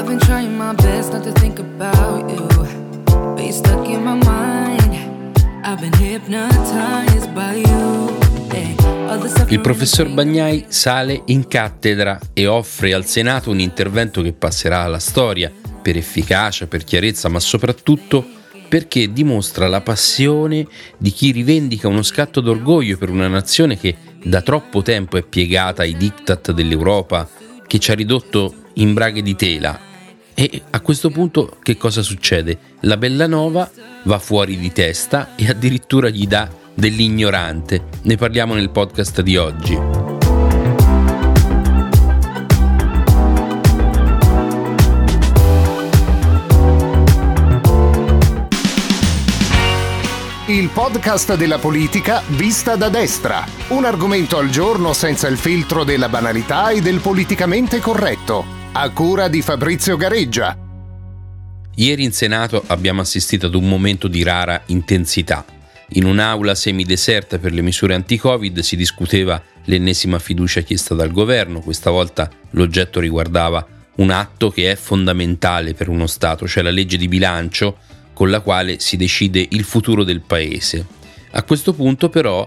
I've been trying my best not to think about you, but you're stuck in my mind. I've been hypnotized by you. Il professor Bagnai sale in cattedra e offre al Senato un intervento che passerà alla storia per efficacia, per chiarezza, ma soprattutto perché dimostra la passione di chi rivendica uno scatto d'orgoglio per una nazione che da troppo tempo è piegata ai diktat dell'Europa, che ci ha ridotto in braghe di tela. E a questo punto che cosa succede? La Bellanova va fuori di testa e addirittura gli dà dell'ignorante. Ne parliamo nel podcast di oggi. Il podcast della politica vista da destra. Un argomento al giorno senza il filtro della banalità e del politicamente corretto. A cura di Fabrizio Gareggia. Ieri in Senato abbiamo assistito ad un momento di rara intensità. In un'aula semideserta per le misure anti-Covid si discuteva l'ennesima fiducia chiesta dal governo. Questa volta l'oggetto riguardava un atto che è fondamentale per uno Stato, cioè la legge di bilancio con la quale si decide il futuro del paese. A questo punto però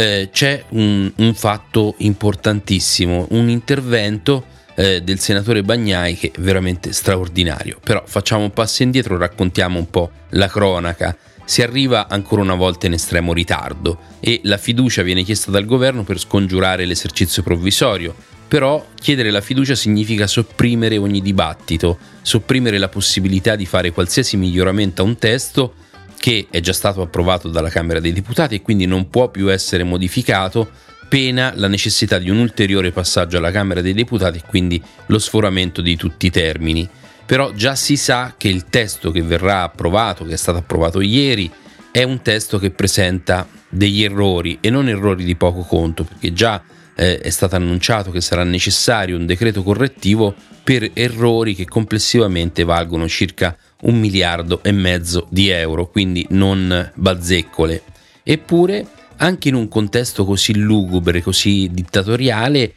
c'è un fatto importantissimo, un intervento del senatore Bagnai che è veramente straordinario. Però facciamo un passo indietro, raccontiamo un po' la cronaca. Si arriva ancora una volta in estremo ritardo e la fiducia viene chiesta dal governo per scongiurare l'esercizio provvisorio. Però chiedere la fiducia significa sopprimere ogni dibattito, sopprimere la possibilità di fare qualsiasi miglioramento a un testo che è già stato approvato dalla Camera dei Deputati e quindi non può più essere modificato, pena la necessità di un ulteriore passaggio alla Camera dei Deputati e quindi lo sforamento di tutti i termini. Però già si sa che il testo che verrà approvato, che è stato approvato ieri, è un testo che presenta degli errori e non errori di poco conto, perché già è stato annunciato che sarà necessario un decreto correttivo per errori che complessivamente valgono circa 1,5 miliardi di euro, quindi non bazzecole. Eppure, anche in un contesto così lugubre, così dittatoriale,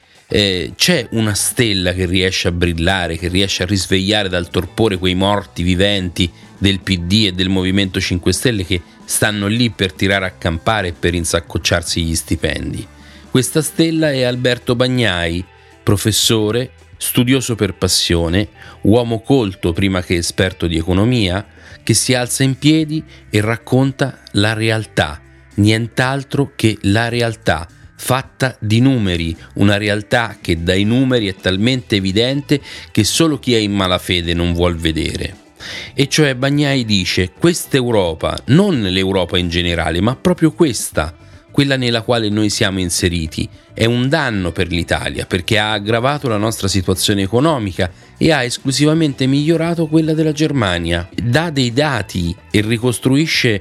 c'è una stella che riesce a brillare, che riesce a risvegliare dal torpore quei morti viventi del PD e del Movimento 5 Stelle che stanno lì per tirare a campare e per insaccocciarsi gli stipendi. Questa stella è Alberto Bagnai, professore, studioso per passione, uomo colto prima che esperto di economia, che si alza in piedi e racconta la realtà, nient'altro che la realtà, fatta di numeri, una realtà che dai numeri è talmente evidente che solo chi è in malafede non vuol vedere. E cioè Bagnai dice: questa Europa, non l'Europa in generale, ma proprio questa, quella nella quale noi siamo inseriti, è un danno per l'Italia perché ha aggravato la nostra situazione economica e ha esclusivamente migliorato quella della Germania. Dà dei dati e ricostruisce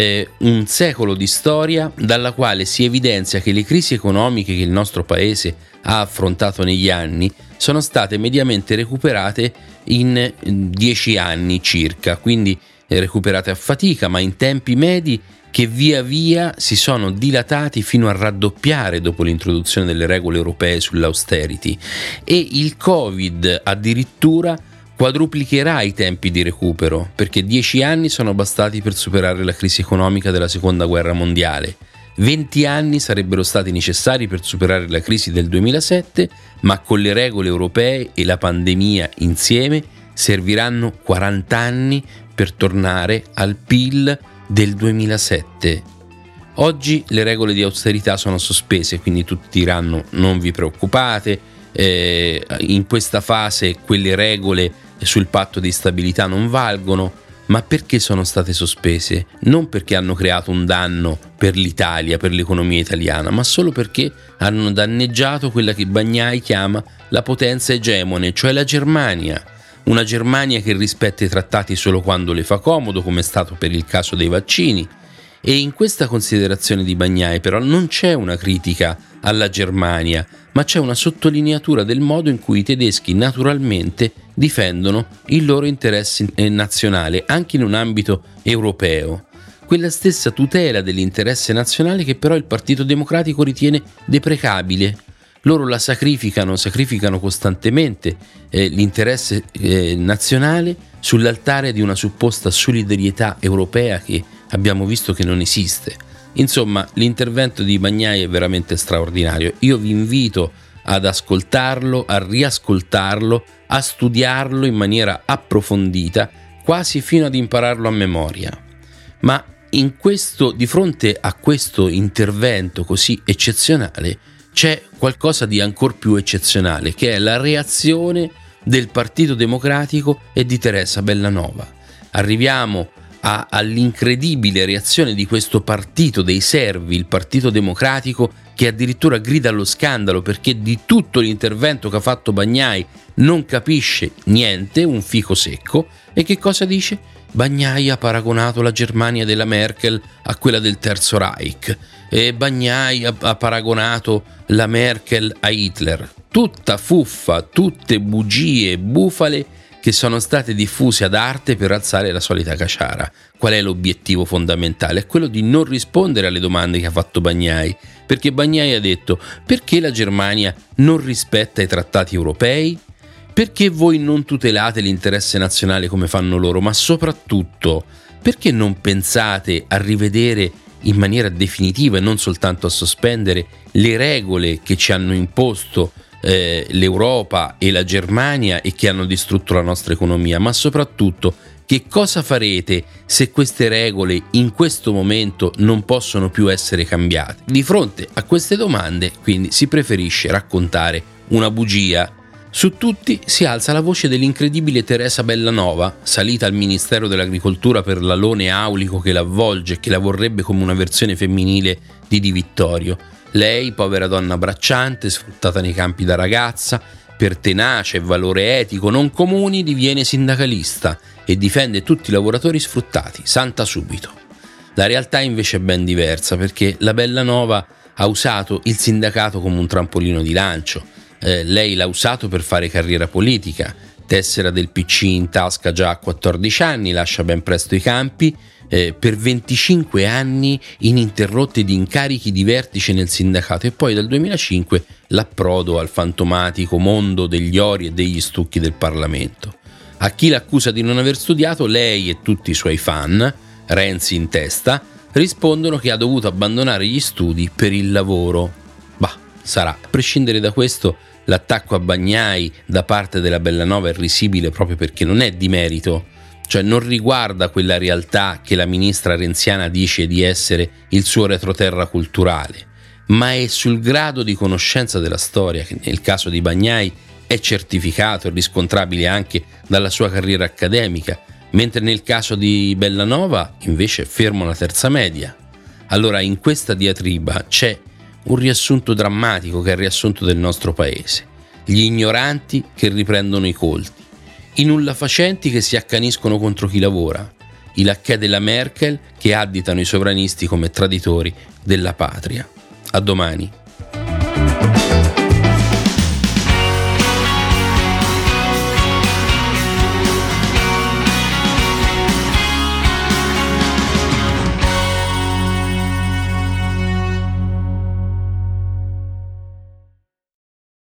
un secolo di storia dalla quale si evidenzia che le crisi economiche che il nostro paese ha affrontato negli anni sono state mediamente recuperate in 10 anni circa, quindi recuperate a fatica, ma in tempi medi che via via si sono dilatati fino a raddoppiare dopo l'introduzione delle regole europee sull'austerity, e il Covid addirittura quadruplicherà i tempi di recupero, perché 10 anni sono bastati per superare la crisi economica della Seconda Guerra Mondiale. 20 anni sarebbero stati necessari per superare la crisi del 2007, ma con le regole europee e la pandemia insieme serviranno 40 anni per tornare al PIL del 2007. Oggi le regole di austerità sono sospese, quindi tutti diranno: non vi preoccupate, in questa fase quelle regole sul patto di stabilità non valgono. Ma perché sono state sospese? Non perché hanno creato un danno per l'Italia, per l'economia italiana, ma solo perché hanno danneggiato quella che Bagnai chiama la potenza egemone, cioè la Germania. Una Germania che rispetta i trattati solo quando le fa comodo, come è stato per il caso dei vaccini. E in questa considerazione di Bagnai però non c'è una critica alla Germania, ma c'è una sottolineatura del modo in cui i tedeschi naturalmente difendono il loro interesse nazionale, anche in un ambito europeo. Quella stessa tutela dell'interesse nazionale che però il Partito Democratico ritiene deprecabile. loro la sacrificano costantemente l'interesse nazionale sull'altare di una supposta solidarietà europea che abbiamo visto che non esiste. Insomma, l'intervento di Bagnai è veramente straordinario. Io vi invito ad ascoltarlo, a riascoltarlo, a studiarlo in maniera approfondita, quasi fino ad impararlo a memoria. Ma di fronte a questo intervento così eccezionale c'è qualcosa di ancor più eccezionale, che è la reazione del Partito Democratico e di Teresa Bellanova. Arriviamo all'incredibile reazione di questo partito dei servi, il Partito Democratico, che addirittura grida allo scandalo perché di tutto l'intervento che ha fatto Bagnai non capisce niente, un fico secco. E che cosa dice? Bagnai ha paragonato la Germania della Merkel a quella del Terzo Reich e Bagnai ha paragonato la Merkel a Hitler. Tutta fuffa, tutte bugie, bufale che sono state diffuse ad arte per alzare la solita caciara. Qual è l'obiettivo fondamentale? È quello di non rispondere alle domande che ha fatto Bagnai, perché Bagnai ha detto: perché la Germania non rispetta i trattati europei? Perché voi non tutelate l'interesse nazionale come fanno loro? Ma soprattutto, perché non pensate a rivedere in maniera definitiva e non soltanto a sospendere le regole che ci hanno imposto l'Europa e la Germania e che hanno distrutto la nostra economia? Ma soprattutto, che cosa farete se queste regole in questo momento non possono più essere cambiate? Di fronte a queste domande, quindi, si preferisce raccontare una bugia. Su tutti si alza la voce dell'incredibile Teresa Bellanova, salita al Ministero dell'Agricoltura per l'alone aulico che l'avvolge e che la vorrebbe come una versione femminile di Di Vittorio. Lei, povera donna bracciante, sfruttata nei campi da ragazza, per tenacia e valore etico non comuni diviene sindacalista e difende tutti i lavoratori sfruttati, santa subito. La realtà invece è ben diversa, perché la Bellanova ha usato il sindacato come un trampolino di lancio. Lei l'ha usato per fare carriera politica, tessera del PC in tasca già a 14 anni, lascia ben presto i campi, per 25 anni ininterrotti di incarichi di vertice nel sindacato, e poi dal 2005 l'approdo al fantomatico mondo degli ori e degli stucchi del Parlamento. A chi l'accusa di non aver studiato, lei e tutti i suoi fan, Renzi in testa, rispondono che ha dovuto abbandonare gli studi per il lavoro. Bah, sarà. A prescindere da questo, l'attacco a Bagnai da parte della Bellanova è risibile proprio perché non è di merito, cioè non riguarda quella realtà che la ministra renziana dice di essere il suo retroterra culturale, ma è sul grado di conoscenza della storia, che nel caso di Bagnai è certificato e riscontrabile anche dalla sua carriera accademica, mentre nel caso di Bellanova invece è fermo alla terza media. Allora, in questa diatriba c'è un riassunto drammatico, che è il riassunto del nostro paese: gli ignoranti che riprendono i colti, i nullafacenti che si accaniscono contro chi lavora, i lacchè della Merkel che additano i sovranisti come traditori della patria. A domani.